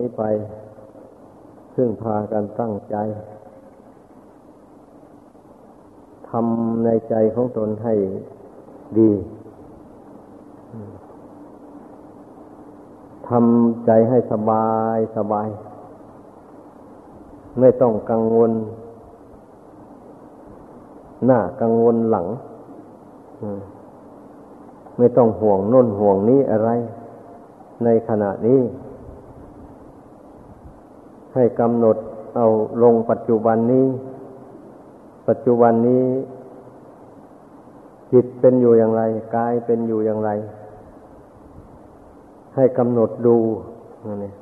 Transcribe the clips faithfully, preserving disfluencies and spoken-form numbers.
นี้ไปซึ่งพากันตั้งใจทำในใจของตนให้ดีทำใจให้สบายสบายไม่ต้องกังวลหน้ากังวลหลังไม่ต้องห่วงโน่นห่วงนี้อะไรในขณะนี้ให้กำหนดเอาลงปัจจุบันนี้ปัจจุบันนี้จิตเป็นอยู่อย่างไรกายเป็นอยู่อย่างไรให้กำหนดดูนั่นเอง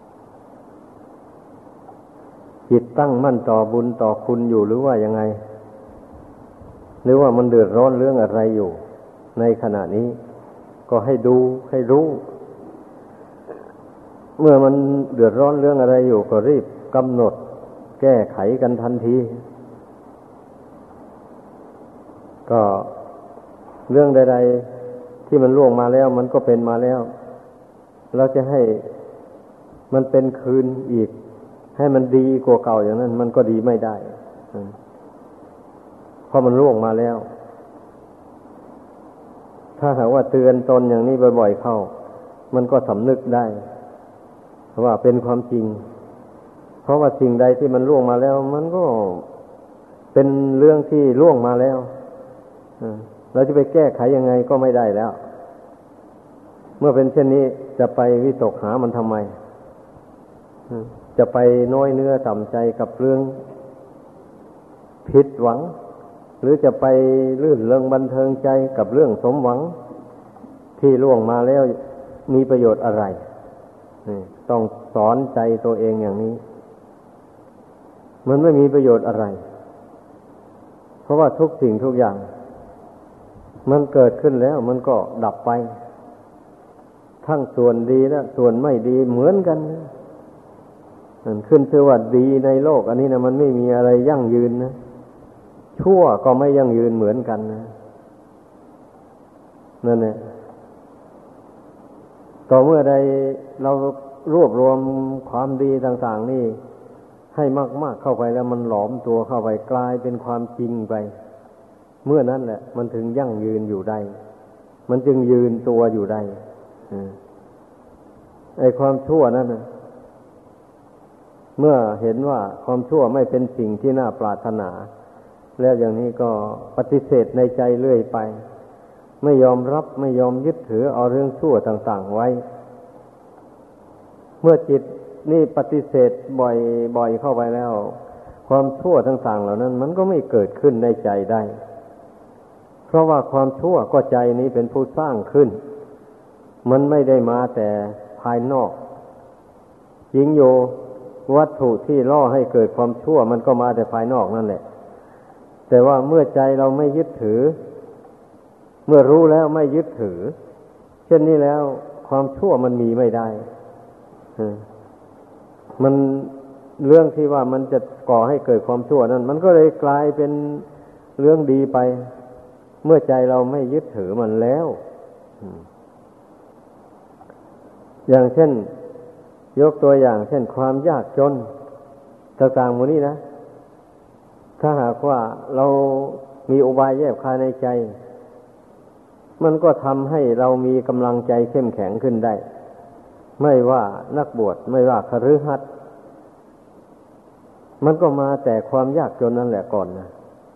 จิตตั้งมั่นต่อบุญต่อคุณอยู่หรือว่ายังไงหรือว่ามันเดือดร้อนเรื่องอะไรอยู่ในขณะนี้ก็ให้ดูให้รู้เมื่อมันเดือดร้อนเรื่องอะไรอยู่ก็รีบกำหนดแก้ไขกันทันทีก็เรื่องใดๆที่มันล่วงมาแล้วมันก็เป็นมาแล้วเราจะให้มันเป็นคืนอีกให้มันดีกว่าเก่าอย่างนั้นมันก็ดีไม่ได้เพราะมันล่วงมาแล้วถ้าหากว่าเตือนตนอย่างนี้บ่อยๆเข้ามันก็สำนึกได้ว่าเป็นความจริงเพราะว่าสิ่งใดที่มันล่วงมาแล้วมันก็เป็นเรื่องที่ล่วงมาแล้วเราจะไปแก้ไขยังไงก็ไม่ได้แล้วเมื่อเป็นเช่นนี้จะไปวิตกหามันทำไมจะไปน้อยเนื้อต่ำใจกับเรื่องผิดหวังหรือจะไปลื่นเริงบันเทิงใจกับเรื่องสมหวังที่ล่วงมาแล้วมีประโยชน์อะไรต้องสอนใจตัวเองอย่างนี้มันไม่มีประโยชน์อะไรเพราะว่าทุกสิ่งทุกอย่างมันเกิดขึ้นแล้วมันก็ดับไปทั้งส่วนดีและส่วนไม่ดีเหมือนกันนั่นขึ้นชื่อว่าดีในโลกอันนี้นะมันไม่มีอะไรยั่งยืนนะชั่วก็ไม่ยั่งยืนเหมือนกันนะนั่นแหละต่อเมื่อใดเรารวบรวมความดีต่างๆนี่ให้มากๆเข้าไปแล้วมันหลอมตัวเข้าไปกลายเป็นความจริงไปเมื่อนั้นแหละมันถึงยั่งยืนอยู่ได้มันจึงยืนตัวอยู่ได้ไอ้ความชั่วนั้นนะเมื่อเห็นว่าความชั่วไม่เป็นสิ่งที่น่าปรารถนาแล้วอย่างนี้ก็ปฏิเสธในใจเรื่อยไปไม่ยอมรับไม่ยอมยึดถือเอาเรื่องชั่วต่างๆไว้เมื่อจิตนี่ปฏิเสธบ่อยๆเข้าไปแล้วความชั่วต่างๆเหล่านั้นมันก็ไม่เกิดขึ้นในใจได้เพราะว่าความชั่วก็ใจนี้เป็นผู้สร้างขึ้นมันไม่ได้มาแต่ภายนอกจริงอยู่วัตถุที่ล่อให้เกิดความชั่วมันก็มาแต่ภายนอกนั่นแหละแต่ว่าเมื่อใจเราไม่ยึดถือเมื่อรู้แล้วไม่ยึดถือเช่นนี้แล้วความชั่วมันมีไม่ได้มันเรื่องที่ว่ามันจะก่อให้เกิดความชั่วนั้นมันก็เลยกลายเป็นเรื่องดีไปเมื่อใจเราไม่ยึดถือมันแล้วอย่างเช่นยกตัวอย่างเช่นความยากจนต่างๆหมดนี้นะถ้าหากว่าเรามีอุบายแยบคายในใจมันก็ทำให้เรามีกำลังใจเข้มแข็งขึ้นได้ไม่ว่านักบวชไม่ว่าคฤหัสถ์มันก็มาแต่ความยากจนนั่นแหละก่อนนะ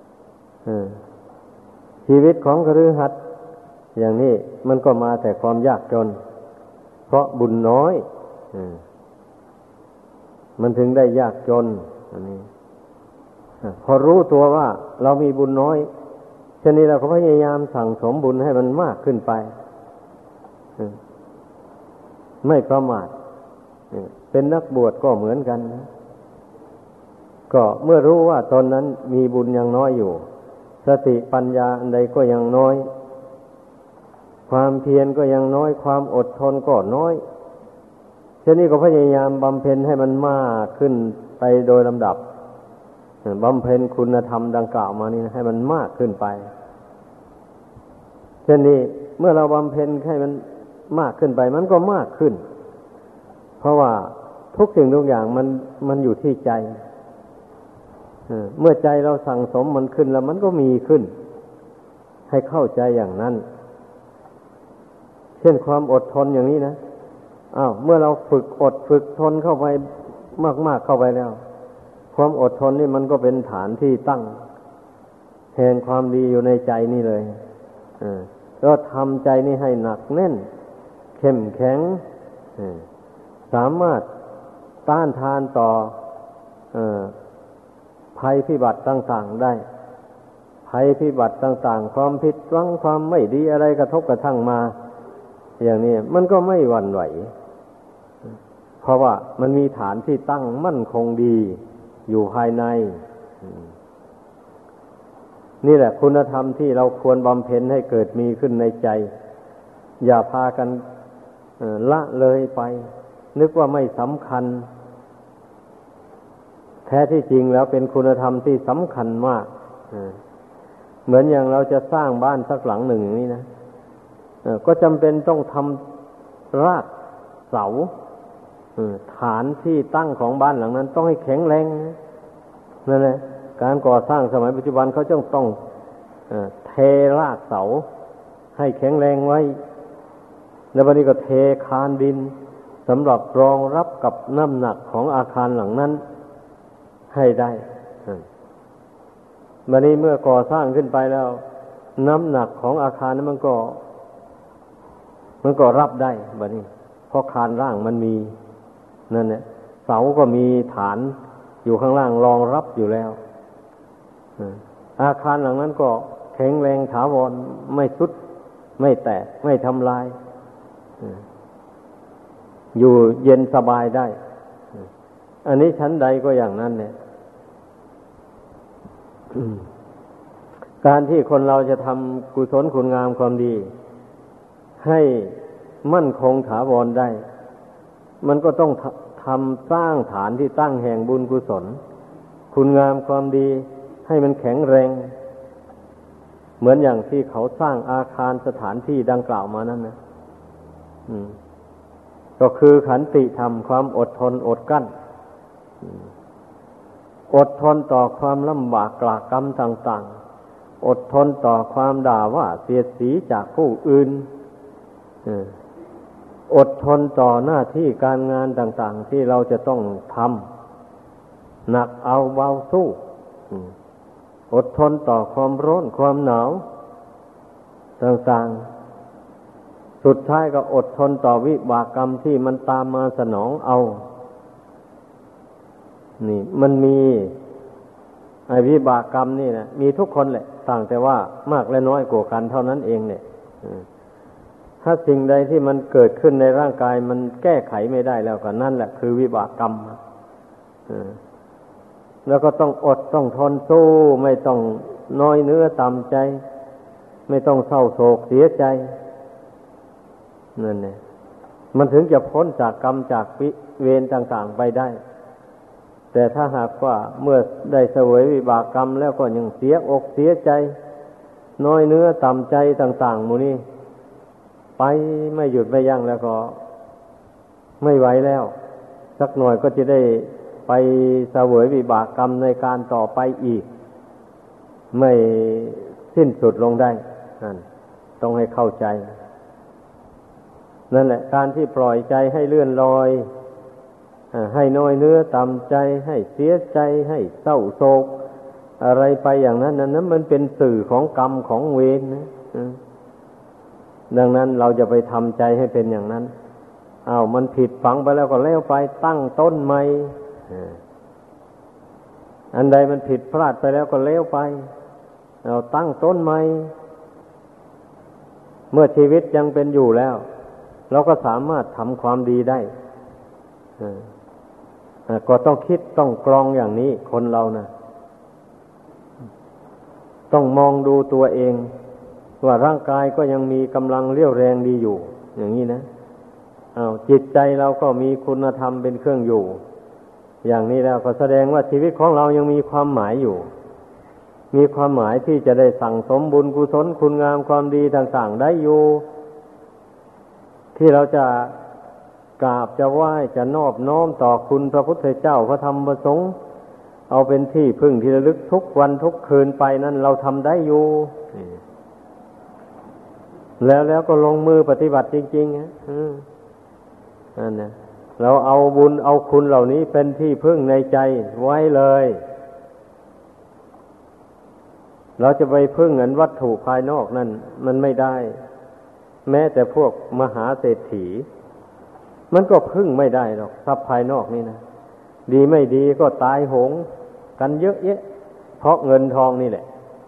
ชีวิตของคฤหัสถ์อย่างนี้มันก็มาแต่ความยากจนเพราะบุญน้อยมันถึงได้ยากจนอันนี้พอรู้ตัวว่าเรามีบุญน้อยฉะนี้เราก็พยายามสั่งสมบุญให้มันมากขึ้นไปไม่ประมาทเป็นนักบวชก็เหมือนกันนะก็เมื่อรู้ว่าตนนั้นมีบุญยังน้อยอยู่สติปัญญาอันใดก็ยังน้อยความเพียรก็ยังน้อยความอดทนก็น้อยฉะนี้ก็พยายามบำเพ็ญให้มันมากขึ้นไปโดยลำดับบำเพ็ญคุณธรรมดังกล่าวมานี่ให้มันมากขึ้นไปเช่นนี้เมื่อเราบำเพ็ญให้มันมากขึ้นไปมันก็มากขึ้นเพราะว่าทุกสิ่งทุกอย่างมันมันอยู่ที่ใจเมื่อใจเราสั่งสมมันขึ้นแล้วมันก็มีขึ้นให้เข้าใจอย่างนั้นเช่นความอดทนอย่างนี้นะอ้าวเมื่อเราฝึกอดฝึกทนเข้าไปมากๆเข้าไปแล้วความอดทนนี่มันก็เป็นฐานที่ตั้งแห่งความดีอยู่ในใจนี่เลยก็ทำใจนี่ให้หนักแน่นเข้มแข็งสามารถต้านทานต่อภัยพิบัติต่างๆได้ภัยพิบัติต่างๆความผิดหวังความไม่ดีอะไรกระทบกระทั่งมาอย่างนี้มันก็ไม่หวั่นไหวเพราะว่ามันมีฐานที่ตั้งมั่นคงดีอยู่ภายในนี่แหละคุณธรรมที่เราควรบำเพ็ญให้เกิดมีขึ้นในใจอย่าพากันละเลยไปนึกว่าไม่สำคัญแท้ที่จริงแล้วเป็นคุณธรรมที่สำคัญมากเหมือนอย่างเราจะสร้างบ้านสักหลังหนึ่งอย่างนี้นะก็จำเป็นต้องทำรากเสาฐานที่ตั้งของบ้านหลังนั้นต้องให้แข็งแรงนั่นแหละการก่อสร้างสมัยปัจจุบันเขาจ้องต้องเทรากเสาให้แข็งแรงไว้แล้ววันนี้ก็เทคานดินสำหรับรองรับกับน้ำหนักของอาคารหลังนั้นให้ได้วันนี้เมื่อก่อสร้างขึ้นไปแล้วน้ำหนักของอาคารนั้นมันก็มันก็รับได้บัดนี้เพราะคานร่างมันมีนั่นแหละเสาก็มีฐานอยู่ข้างล่างรองรับอยู่แล้วอาคารหลังนั้นก็แข็งแรงถาวรไม่ทรุดไม่แตกไม่ทำลายอยู่เย็นสบายได้อันนี้ชั้นใดก็อย่างนั้นเนี่ยการที่คนเราจะทำกุศลคุณงามความดีให้มั่นคงถาวรได้มันก็ต้องทำสร้างฐานที่ตั้งแห่งบุญกุศลคุณงามความดีให้มันแข็งแรงเหมือนอย่างที่เขาสร้างอาคารสถานที่ดังกล่าวมานั่นนะก็คือขันติธรรมความอดทนอดกลั้นอดทนต่อความลำบากกลากกรรมต่างๆอดทนต่อความด่าว่าเสียดสีจากผู้อื่นอดทนต่อหน้าที่การงานต่างๆที่เราจะต้องทำหนักเอาเบาสู้อดทนต่อความร้อนความหนาวต่างๆสุดท้ายก็อดทนต่อวิบากกรรมที่มันตามมาสนองเอานี่มันมีไอ้วิบากกรรมนี่นะมีทุกคนแหละต่างแต่ว่ามากและน้อยกว่ากันเท่านั้นเองเนี่ยถ้าสิ่งใดที่มันเกิดขึ้นในร่างกายมันแก้ไขไม่ได้แล้วก็นั่นแหละคือวิบากกรรมแล้วก็ต้องอดต้องทนสู้ไม่ต้องน้อยเนื้อต่ำใจไม่ต้องเศร้าโศกเสียใจนั่นแหละมันถึงจะพ้นจากกรรมจากเวรต่างๆไปได้แต่ถ้าหากว่าเมื่อได้เสวยวิบากกรรมแล้วก็ยังเสียอกเสียใจน้อยเนื้อต่ำใจต่างๆหมู่นี้ไปไม่หยุดไม่ยั้งแล้วก็ไม่ไหวแล้วสักหน่อยก็จะได้ไปเสวยวิบากกรรมในการต่อไปอีกไม่สิ้นสุดลงได้นั่นต้องให้เข้าใจนั่นแหละการที่ปล่อยใจให้เลื่อนลอยให้น้อยเนื้อต่ำใจให้เสียใจให้เศร้าโศกอะไรไปอย่างนั้นนั้นมันเป็นสื่อของกรรมของเวรนะดังนั้นเราจะไปทำใจให้เป็นอย่างนั้นอ้าวมันผิดฝังไปแล้วก็แล้วไปตั้งต้นใหม่อันใดมันผิดพลาดไปแล้วก็แล้วไปเราตั้งต้นใหม่เมื่อชีวิตยังเป็นอยู่แล้วเราก็สามารถทำความดีได้ก็ต้องคิดต้องกรองอย่างนี้คนเรานะต้องมองดูตัวเองว่าร่างกายก็ยังมีกำลังเรี่ยวแรงดีอยู่อย่างนี้นะอ้าวจิตใจเราก็มีคุณธรรมเป็นเครื่องอยู่อย่างนี้แล้วก็แสดงว่าชีวิตของเรายังมีความหมายอยู่มีความหมายที่จะได้สั่งสมบุญกุศลคุณงามความดีต่างๆได้อยู่ที่เราจะกราบจะไหว้จะนอบน้อมต่อคุณพระพุทธเจ้าพระธรรมพระสงฆ์เอาเป็นที่พึ่งที่ระลึกทุกวันทุกคืนไปนั้นเราทำได้อยู่แล้วแล้วก็ลงมือปฏิบัติจริงๆนะนั่นนะเราเอาบุญเอาคุณเหล่านี้เป็นที่พึ่งในใจไว้เลยเราจะไปพึ่งเงินวัตถุภายนอกนั่นมันไม่ได้แม้แต่พวกมหาเศรษฐีมันก็พึ่งไม่ได้หรอกทรัพย์ภายนอกนี่นะดีไม่ดีก็ตายโหงกันเยอะแยะเพราะเงินทองนี่แหละ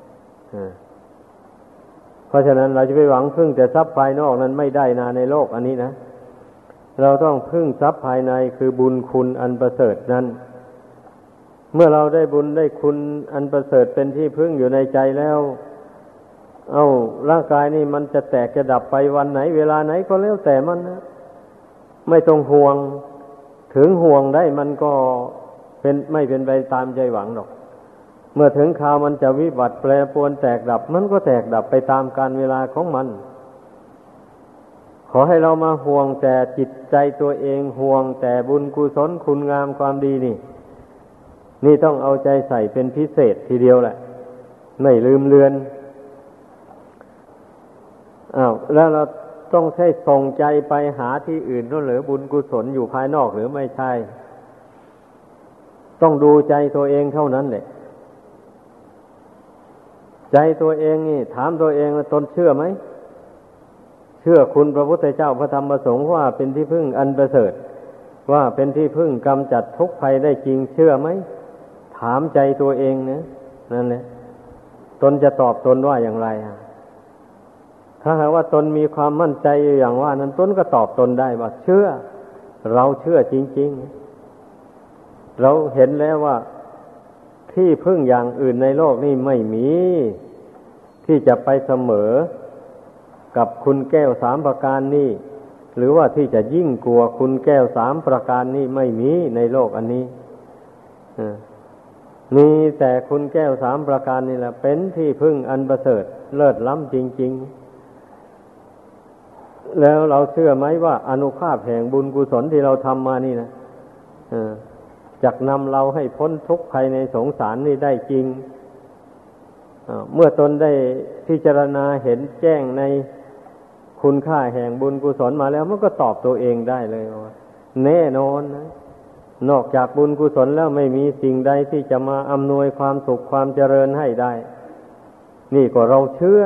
เพราะฉะนั้นเราจะไปหวังพึ่งแต่ทรัพย์ภายนอกนั้นไม่ได้นะในโลกอันนี้นะเราต้องพึ่งทรัพย์ภายในคือบุญคุณอันประเสริฐนั้นเมื่อเราได้บุญได้คุณอันประเสริฐเป็นที่พึ่งอยู่ในใจแล้วเอ้าร่างกายนี่มันจะแตกจะดับไปวันไหนเวลาไหนก็แล้วแต่มันนะไม่ต้องห่วงถึงห่วงได้มันก็เป็นไม่เป็นไปตามใจหวังหรอกเมื่อถึงคราวมันจะวิบัติแปรปรวนแตกดับมันก็แตกดับไปตามกาลเวลาของมันขอให้เรามาห่วงแต่จิตใจตัวเองห่วงแต่บุญกุศลคุณงามความดีนี่นี่ต้องเอาใจใส่เป็นพิเศษทีเดียวแหละไม่ลืมเลือนอ้าวแล้วเราต้องใช้ส่งใจไปหาที่อื่นนั่นหรือบุญกุศลอยู่ภายนอกหรือไม่ใช่ต้องดูใจตัวเองเท่านั้นแหละใจตัวเองนี่ถามตัวเองว่าตนเชื่อไหมเชื่อคุณพระพุทธเจ้าพระธรรมพระสงฆ์ว่าเป็นที่พึ่งอันประเสริฐว่าเป็นที่พึ่งกำจัดทุกข์ภัยได้จริงเชื่อไหมถามใจตัวเองนะนั่นแหละตนจะตอบตนว่าอย่างไรอ่ะถ้าหากว่าตนมีความมั่นใจอย่างว่านั้นตนก็ตอบตนได้ว่าเชื่อเราเชื่อจริงๆเราเห็นแล้วว่าที่พึ่งอย่างอื่นในโลกนี่ไม่มีที่จะไปเสมอกับคุณแก้วสามประการนี้หรือว่าที่จะยิ่งกว่าคุณแก้วสามประการนี้ไม่มีในโลกอันนี้มีแต่คุณแก้วสามประการนี่แหละเป็นที่พึ่งอันประเสริฐเลิศล้ำจริงๆแล้วเราเชื่อไหมว่าอานุภาพแห่งบุญกุศลที่เราทำมานี่นะจักนำเราให้พ้นทุกข์ภัยในสงสารนี่ได้จริงเมื่อตนได้พิจารณาเห็นแจ้งในคุณค่าแห่งบุญกุศลมาแล้วมันก็ตอบตัวเองได้เลยว่าแน่นอนนะนอกจากบุญกุศลแล้วไม่มีสิ่งใดที่จะมาอำนวยความสุขความเจริญให้ได้นี่ก็เราเชื่อ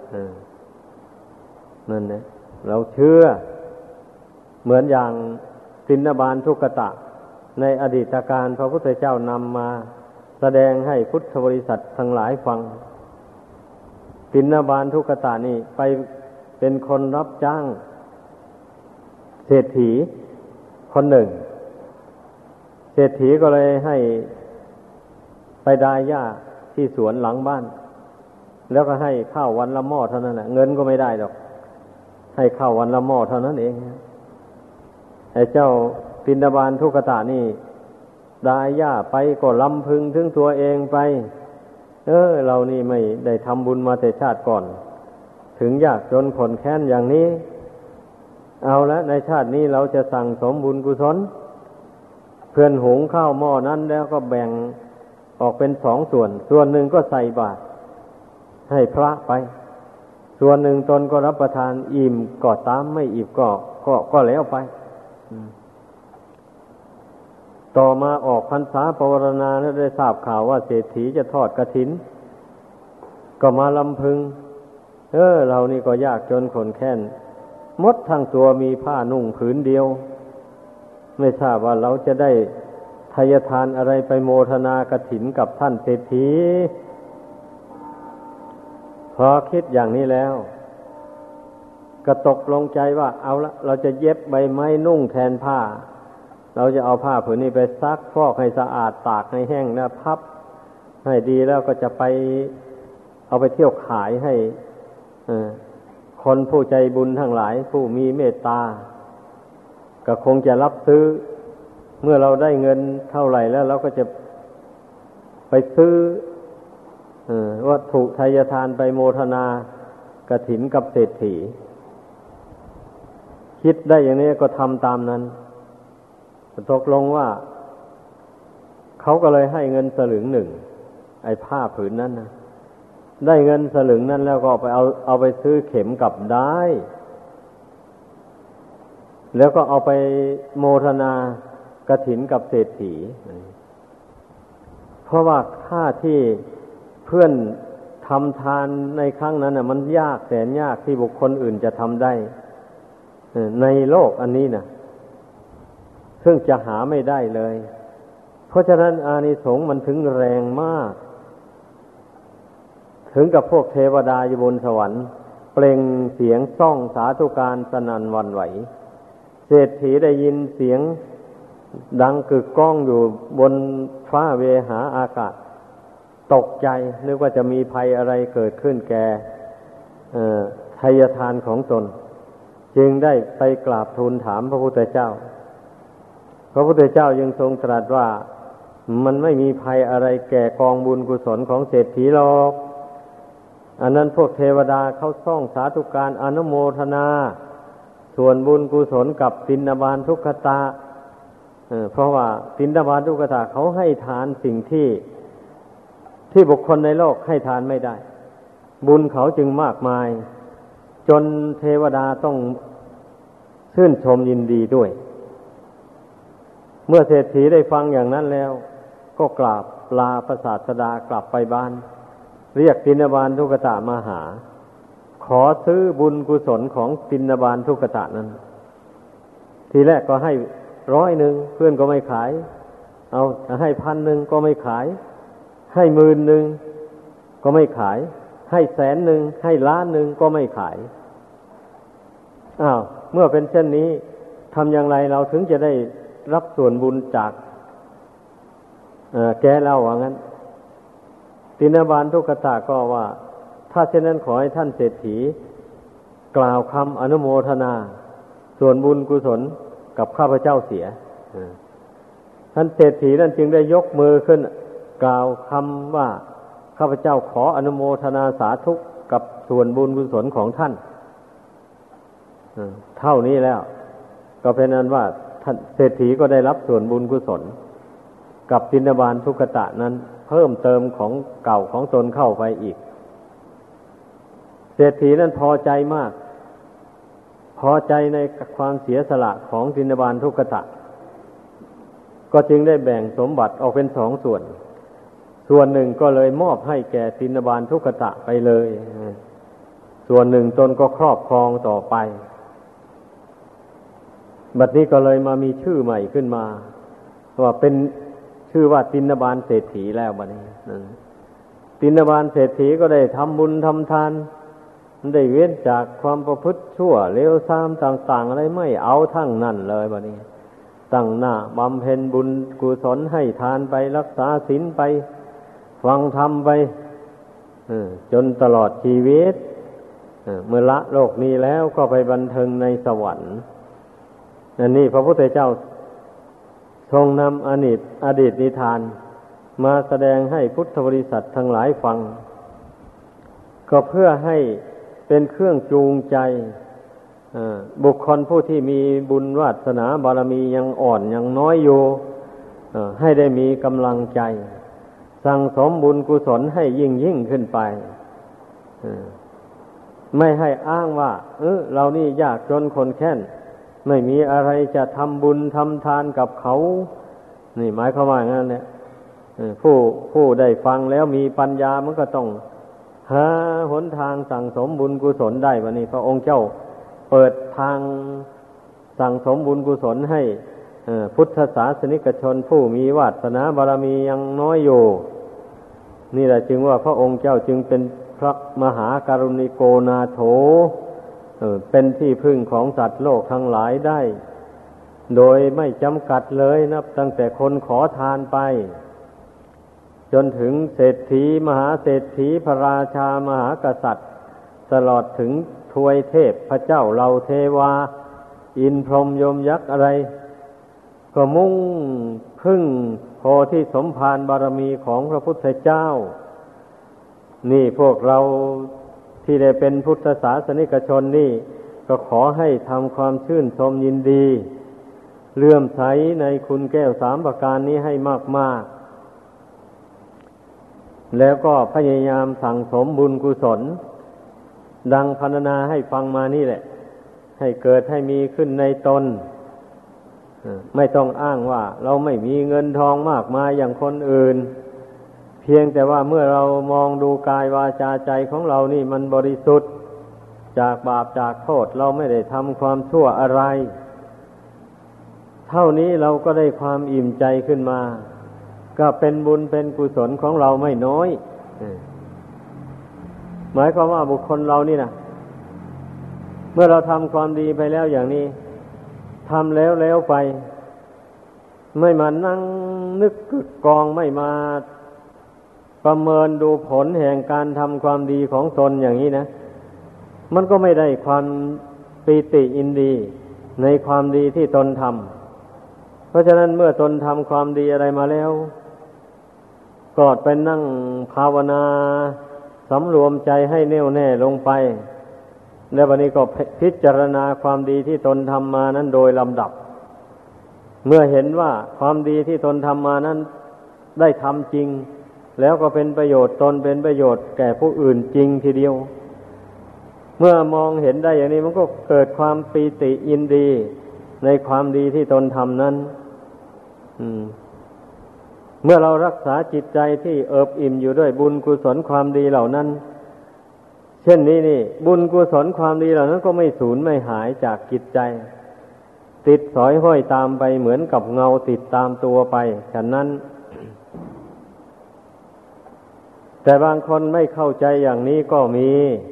นั่นนะเราเชื่อเหมือนอย่างสินบาลทุกขตะในอดีตการพระพุทธเจ้านำมาแสดงให้พุทธบริษัททั้งหลายฟังสินบาลทุกขตะนี่ไปเป็นคนรับจ้างเศรษฐีคนหนึ่งเศรษฐีก็เลยให้ไปดายหญ้าที่สวนหลังบ้านแล้วก็ให้ข้าววันละหม้อเท่านั้นแหละเงินก็ไม่ได้หรอกให้ข้าววันละหม้อเท่านั้นเองไอ้เจ้าปิณฑบาตทุกขตะนี่ดายหญ้าไปก็ลำพึงถึงตัวเองไปเออเรานี่ไม่ได้ทำบุญมาแต่ชาติก่อนถึงยากจนขนแค้นอย่างนี้เอาละในชาตินี้เราจะสั่งสมบุญกุศลเพื่อนหุงข้าวหม้อนั้นแล้วก็แบ่งออกเป็นสองส่วนส่วนหนึ่งก็ใส่บาตรให้พระไปส่วนหนึ่งตนก็รับประทานอิ่มก็ตามไม่อิ่มก็ก็ก็แล้วไปต่อมาออกพรรษาภาวนาแล้วได้ทราบข่าวว่าเศรษฐีจะทอดกฐินก็มาลำพึงเออเรานี่ก็ยากจนขนแค้นหมดทั้งตัวมีผ้านุ่งผืนเดียวไม่ทราบว่าเราจะได้ทายทานอะไรไปโมทนากฐินกับท่านเศรษฐีพอคิดอย่างนี้แล้วก็ตกลงใจว่าเอาละเราจะเย็บใบไม้นุ่งแทนผ้าเราจะเอาผ้าผืนนี้ไปซักฟอกให้สะอาดตากให้แห้งนะพับให้ดีแล้วก็จะไปเอาไปเที่ยวขายให้คนผู้ใจบุญทั้งหลายผู้มีเมตตาก็คงจะรับซื้อเมื่อเราได้เงินเท่าไหร่แล้วเราก็จะไปซื้อวัตถุทายทานไปโมทนากฐินกับเศรษฐีคคิดได้อย่างนี้ก็ทำตามนั้นตกลงว่าเขาก็เลยให้เงินสลึงหนึ่งไอ้ผ้าผืนนั้นนะได้เงินสลึงนั้นแล้วก็ไปเอาเอาไปซื้อเข็มกลับได้แล้วก็เอาไปโมทนากฐินกับเศรษฐีเพราะว่าค่าที่เพื่อนทำทานในครั้งนั้นน่ะมันยากแสนยากที่บุคคลอื่นจะทำได้ในโลกอันนี้นะซึ่งจะหาไม่ได้เลยเพราะฉะนั้นอานิสงส์มันถึงแรงมากถึงกับพวกเทวดาอยู่บนสวรรค์เปล่งเสียงซ่องสาธุการสนั่นหวั่นไหวเศรษฐีได้ยินเสียงดังกึกก้องอยู่บนฟ้าเวหาอากาศตกใจนึกว่าจะมีภัยอะไรเกิดขึ้นแก่ทายทานของตนจึงได้ไปกราบทูลถามพระพุทธเจ้าพระพุทธเจ้ายังทรงตรัสว่ามันไม่มีภัยอะไรแก่กองบุญกุศลของเศรษฐีหรอกอันนั้นพวกเทวดาเขาซ่องสาธุการอนุโมทนาส่วนบุญกุศลกับติณบาลทุกขตาเ, เพราะว่าติณบาลทุกขตาเขาให้ทานสิ่งที่ที่บุคคลในโลกให้ทานไม่ได้บุญเขาจึงมากมายจนเทวดาต้องชื่นชมยินดีด้วยเมื่อเศรษฐีได้ฟังอย่างนั้นแล้วก็กราบลาพระศาสดากลับไปบ้านเรียกติณบาลทุกขตามาหาขอซื้อบุญกุศลของติณบาลทุกขตานั้นทีแรกก็ให้ร้อยหนึ่งเพื่อนก็ไม่ขายเอาให้พันหนึ่งก็ไม่ขายให้หมื่นหนึ่งก็ไม่ขายให้แสนหนึ่งให้ล้านหนึ่งก็ไม่ขายอ้าวเมื่อเป็นเช่นนี้ทำอย่างไรเราถึงจะได้รับส่วนบุญจากแกเล่าว่างั้นติณบาลทุกขตาก็ว่าถ้าเช่นนั้นขอให้ท่านเศรษฐีกล่าวคำอนุโมทนาส่วนบุญกุศลกับข้าพเจ้าเสียท่านเศรษฐีนั้นจึงได้ยกมือขึ้นกล่าวคำว่าข้าพเจ้าขออนุโมทนาสาธุกับส่วนบุญกุศลของท่านเท่านี้แล้วก็เป็นนั้นว่าท่านเศรษฐีก็ได้รับส่วนบุญกุศลกับติณบาลทุกขตะนั้นเพิ่มเติมของเก่าของตนเข้าไปอีกเศรษฐีนั้นพอใจมากพอใจในความเสียสละของติณบาลทุกขตะก็จึงได้แบ่งสมบัติออกเป็นสองส่วนส่วนหนึ่งก็เลยมอบให้แก่ติณบาลทุกขตะไปเลยส่วนหนึ่งตนก็ครอบครองต่อไปบัดนี้ก็เลยมามีชื่อใหม่ขึ้นมาว่าเป็นชื่อว่าติณบาลเศรษฐีแล้วบัดนี้ติณบาลเศรษฐีก็ได้ทำบุญทำทานได้เว้นจากความประพฤติชั่วเลวทรามต่างๆอะไรไม่เอาทั้งนั้นเลยบัดนี้ตั้งหน้าบำเพ็ญบุญกุศลให้ทานไปรักษาศีลไปฟังธรรมไปจนตลอดชีวิตเมื่อละโลกนี้แล้วก็ไปบันเทิงในสวรรค์อันนี้พระพุทธเจ้าทรงนำอดีตอดีตนิทานมาแสดงให้พุทธบริษัททั้งหลายฟังก็เพื่อให้เป็นเครื่องจูงใจบุคคลผู้ที่มีบุญวาสนาบารมียังอ่อนยังน้อยอยู่ให้ได้มีกำลังใจสั่งสมบุญกุศลให้ยิ่งยิ่งขึ้นไปไม่ให้อ้างว่าเออเรานี่ยากจนคนแค้นไม่มีอะไรจะทำบุญทำทานกับเขานี่หมายความว่างั้นเนี่ยผู้ผู้ได้ฟังแล้วมีปัญญามันก็ต้องหาหนทางสั่งสมบุญกุศลได้วันนี้พระองค์เจ้าเปิดทางสั่งสมบุญกุศลให้พุทธศาสนิกชนผู้มีวาสนาบารมียังน้อยอยู่นี่แหละจึงว่าพระองค์เจ้าจึงเป็นพระมหาการุณิโกนาโถเป็นที่พึ่งของสัตว์โลกทั้งหลายได้โดยไม่จำกัดเลยนับตั้งแต่คนขอทานไปจนถึงเศรษฐีมหาเศรษฐีพระราชามหากษัตริย์ตลอดถึงทวยเทพพระเจ้าเหล่าเทวาอินพรหมยมยักษ์อะไรก็มุ่งพึ่งโพธิสมภารบารมีของพระพุทธเจ้านี่พวกเราที่ได้เป็นพุทธศาสนิกชนนี่ก็ขอให้ทำความชื่นชมยินดีเลื่อมใสในคุณแก้วสามประการนี้ให้มากๆแล้วก็พยายามสั่งสมบุญกุศลดังพรรณนาให้ฟังมานี่แหละให้เกิดให้มีขึ้นในตนไม่ต้องอ้างว่าเราไม่มีเงินทองมากมายอย่างคนอื่นเพียงแต่ว่าเมื่อเรามองดูกายวาจาใจของเรานี่มันบริสุทธิ์จากบาปจากโทษเราไม่ได้ทำความชั่วอะไรเท่านี้เราก็ได้ความอิ่มใจขึ้นมาก็เป็นบุญเป็นกุศลของเราไม่น้อยหมายความว่าบุคคลเรานี่นะเมื่อเราทำความดีไปแล้วอย่างนี้ทำแล้วแล้วไปไม่มานั่งนึกกึกกองไม่มาประเมินดูผลแห่งการทำความดีของตนอย่างนี้นะมันก็ไม่ได้ความปีติยินดีในความดีที่ตนทำเพราะฉะนั้นเมื่อตนทำความดีอะไรมาแล้วก็ไปนั่งภาวนาสำรวมใจให้แน่วแน่ลงไปแล้ววันนี้ก็พิจารณาความดีที่ตนทำมานั้นโดยลำดับเมื่อเห็นว่าความดีที่ตนทำมานั้นได้ทำจริงแล้วก็เป็นประโยชน์ตนเป็นประโยชน์แก่ผู้อื่นจริงทีเดียวเมื่อมองเห็นได้อย่างนี้มันก็เกิดความปีติยินดีในความดีที่ตนทำนั้นอืมเมื่อเรารักษาจิตใจที่เอิบอิ่มอยู่ด้วยบุญกุศลความดีเหล่านั้นเช่นนี้นี่บุญกุศลความดีเหล่านั้นก็ไม่สูญไม่หายจากจิตใจติดสอยห้อยตามไปเหมือนกับเงาติดตามตัวไปฉะนั้นแต่บางคนไม่เข้าใจอย่างนี้ก็มี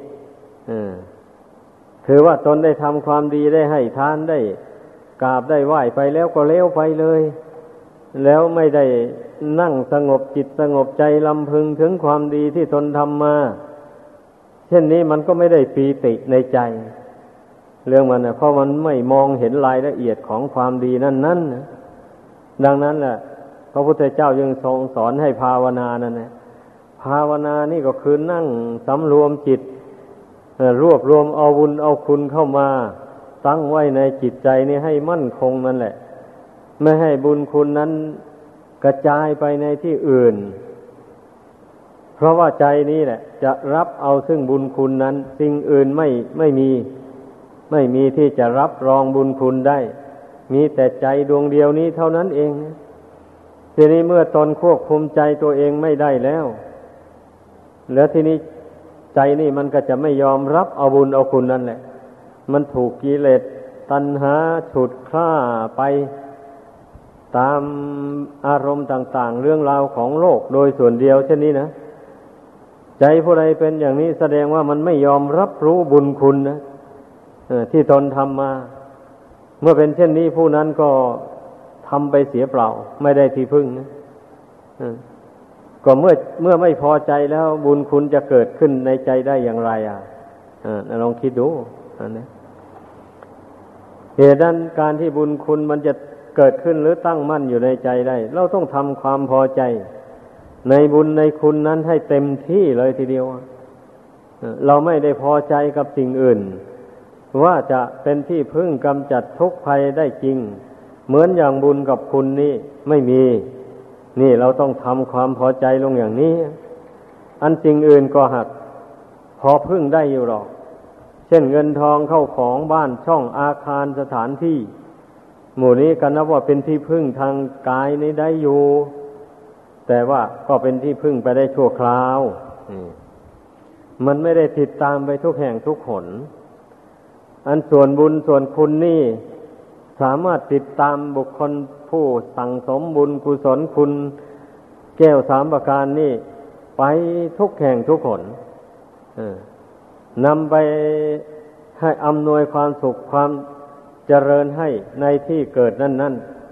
ถือว่าตนได้ทำความดีได้ให้ทานได้กราบได้ไหว้ไปแล้วก็เลี้ยวไปเลยแล้วไม่ได้นั่งสงบจิตสงบใจลำพึงถึงความดีที่ตนทำมาเช่นนี้มันก็ไม่ได้ปีติในใจเรื่องมันนะเพราะมันไม่มองเห็นรายละเอียดของความดีนั้นๆนะดังนั้นแหละพระพุทธเจ้ายังทรงสอนให้ภาวนานั่นแหละภาวนานี่ก็คือนั่งสำรวมจิตรวบรวมเอาบุญเอาคุณเข้ามาตั้งไว้ในจิตใจนี่ให้มั่นคงนั่นแหละไม่ให้บุญคุณนั้นกระจายไปในที่อื่นเพราะว่าใจนี้แหละจะรับเอาซึ่งบุญคุณนั้นสิ่งอื่นไม่ไม่มีไม่มีที่จะรับรองบุญคุณได้มีแต่ใจดวงเดียวนี้เท่านั้นเองทีนี้เมื่อตนควบคุมใจตัวเองไม่ได้แล้วแล้วทีนี้ใจนี่มันก็จะไม่ยอมรับเอาบุญเอาคุณนั่นแหละมันถูกกิเลสตัณหาฉุดคล้าไปตามอารมณ์ต่างๆเรื่องราวของโลกโดยส่วนเดียวเช่นนี้นะใจผู้ใดเป็นอย่างนี้แสดงว่ามันไม่ยอมรับรู้บุญคุณนะที่ตนทำมาเมื่อเป็นเช่นนี้ผู้นั้นก็ทำไปเสียเปล่าไม่ได้ที่พึ่งนะก็เมื่อเมื่อไม่พอใจแล้วบุญคุณจะเกิดขึ้นในใจได้อย่างไรอ่ะลองคิดดูอันนี้เหตุนั้นการที่บุญคุณมันจะเกิดขึ้นหรือตั้งมั่นอยู่ในใจได้เราต้องทำความพอใจในบุญในคุณนั้นให้เต็มที่เลยทีเดียวเราไม่ได้พอใจกับสิ่งอื่นว่าจะเป็นที่พึ่งกำจัดทุกข์ภัยได้จริงเหมือนอย่างบุญกับคุณนี่ไม่มีนี่เราต้องทำความพอใจลงอย่างนี้อันสิ่งอื่นก็หักพอพึ่งได้อยู่หรอกเช่นเงินทองเข้าของบ้านช่องอาคารสถานที่หมู่นี้กันนับว่าเป็นที่พึ่งทางกายนี้ได้อยู่แต่ว่าก็เป็นที่พึ่งไปได้ชั่วคราวมันไม่ได้ติดตามไปทุกแห่งทุกหนอันส่วนบุญส่วนคุณนี่สามารถติดตามบุคคลผู้สั่งสมบุญกุศลคุณแก้วสามประการนี่ไปทุกแห่งทุกหนนำไปให้อำนวยความสุขความเจริญให้ในที่เกิดนั่น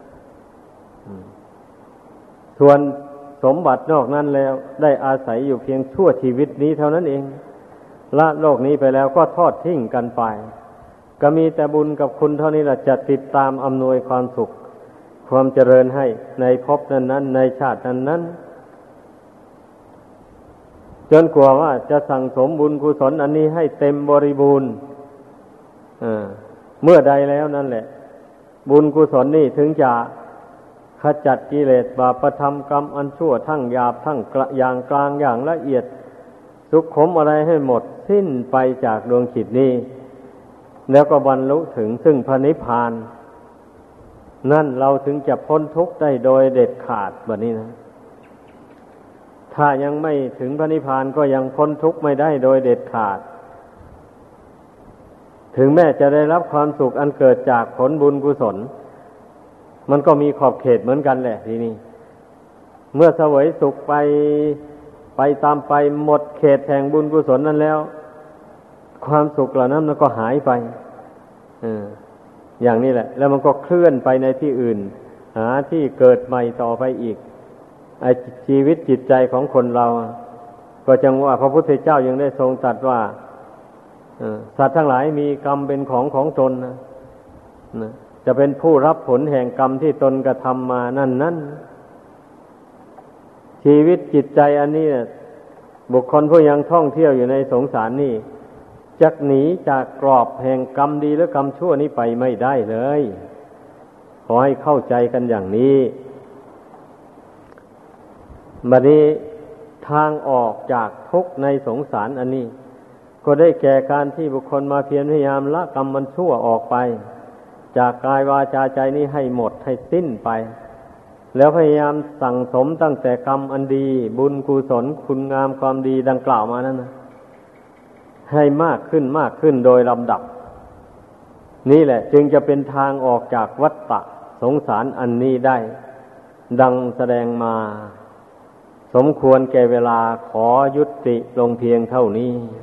ๆส่วนสมบัตินอกนั้นแล้วได้อาศัยอยู่เพียงชั่วชีวิตนี้เท่านั้นเองละโลกนี้ไปแล้วก็ทอดทิ้งกันไปก็มีแต่บุญกับคุณเท่านี้แหละจะติดตามอำนวยความสุขความเจริญให้ในภพนั้นๆในชาตินั้นๆจนกว่าว่าจะสั่งสมบุญกุศลอันนี้ให้เต็มบริบูรณ์เมื่อใดแล้วนั่นแหละบุญกุศลนี่ถึงจะขจัดกิเลสบาปธรรมกรรมอันชั่วทั้งหยาบทั้งอย่างกลางอย่างละเอียดสุขขมอะไรให้หมดสิ้นไปจากดวงจิตนี้แล้วก็บรรลุถึงซึ่งพระนิพพานนั่นเราถึงจะพ้นทุกข์ได้โดยเด็ดขาดแบบนี้นะถ้ายังไม่ถึงพระนิพพานก็ยังพ้นทุกข์ไม่ได้โดยเด็ดขาดถึงแม้จะได้รับความสุขอันเกิดจากผลบุญกุศลมันก็มีขอบเขตเหมือนกันแหละทีนี้เมื่อเสวยสุขไปไปตามไปหมดเขตแห่งบุญกุศลนั้นแล้วความสุขเหล่านั้นมันก็หายไปเอออย่างนี้แหละแล้วมันก็เคลื่อนไปในที่อื่นหาที่เกิดใหม่ต่อไปอีกไอ้ชีวิตจิตใจของคนเราก็จังว่าพระพุทธเจ้ายังได้ทรงตรัสว่าสัตว์ทั้งหลายมีกรรมเป็นของของตนนะจะเป็นผู้รับผลแห่งกรรมที่ตนกระทำมานั่นนั่นชีวิตจิตใจอันนี้บุคคลผู้ยังท่องเที่ยวอยู่ในสงสารนี่จะหนีจากกรอบแห่งกรรมดีและกรรมชั่วนี้ไปไม่ได้เลยขอให้เข้าใจกันอย่างนี้บัดนี้ทางออกจากทุกข์ในสงสารอันนี้ก็ได้แก่การที่บุคคลมาเพียรพยายามละกรรมมันชั่วออกไปจากกายวาจาใจนี้ให้หมดให้สิ้นไปแล้วพยายามสั่งสมตั้งแต่กรรมอันดีบุญกุศลคุณงามความดีดังกล่าวมานั้นนะให้มากขึ้นมากขึ้นโดยลำดับนี่แหละจึงจะเป็นทางออกจากวัฏฏะสงสารอันนี้ได้ดังแสดงมาสมควรแก่เวลาขอยุติลงเพียงเท่านี้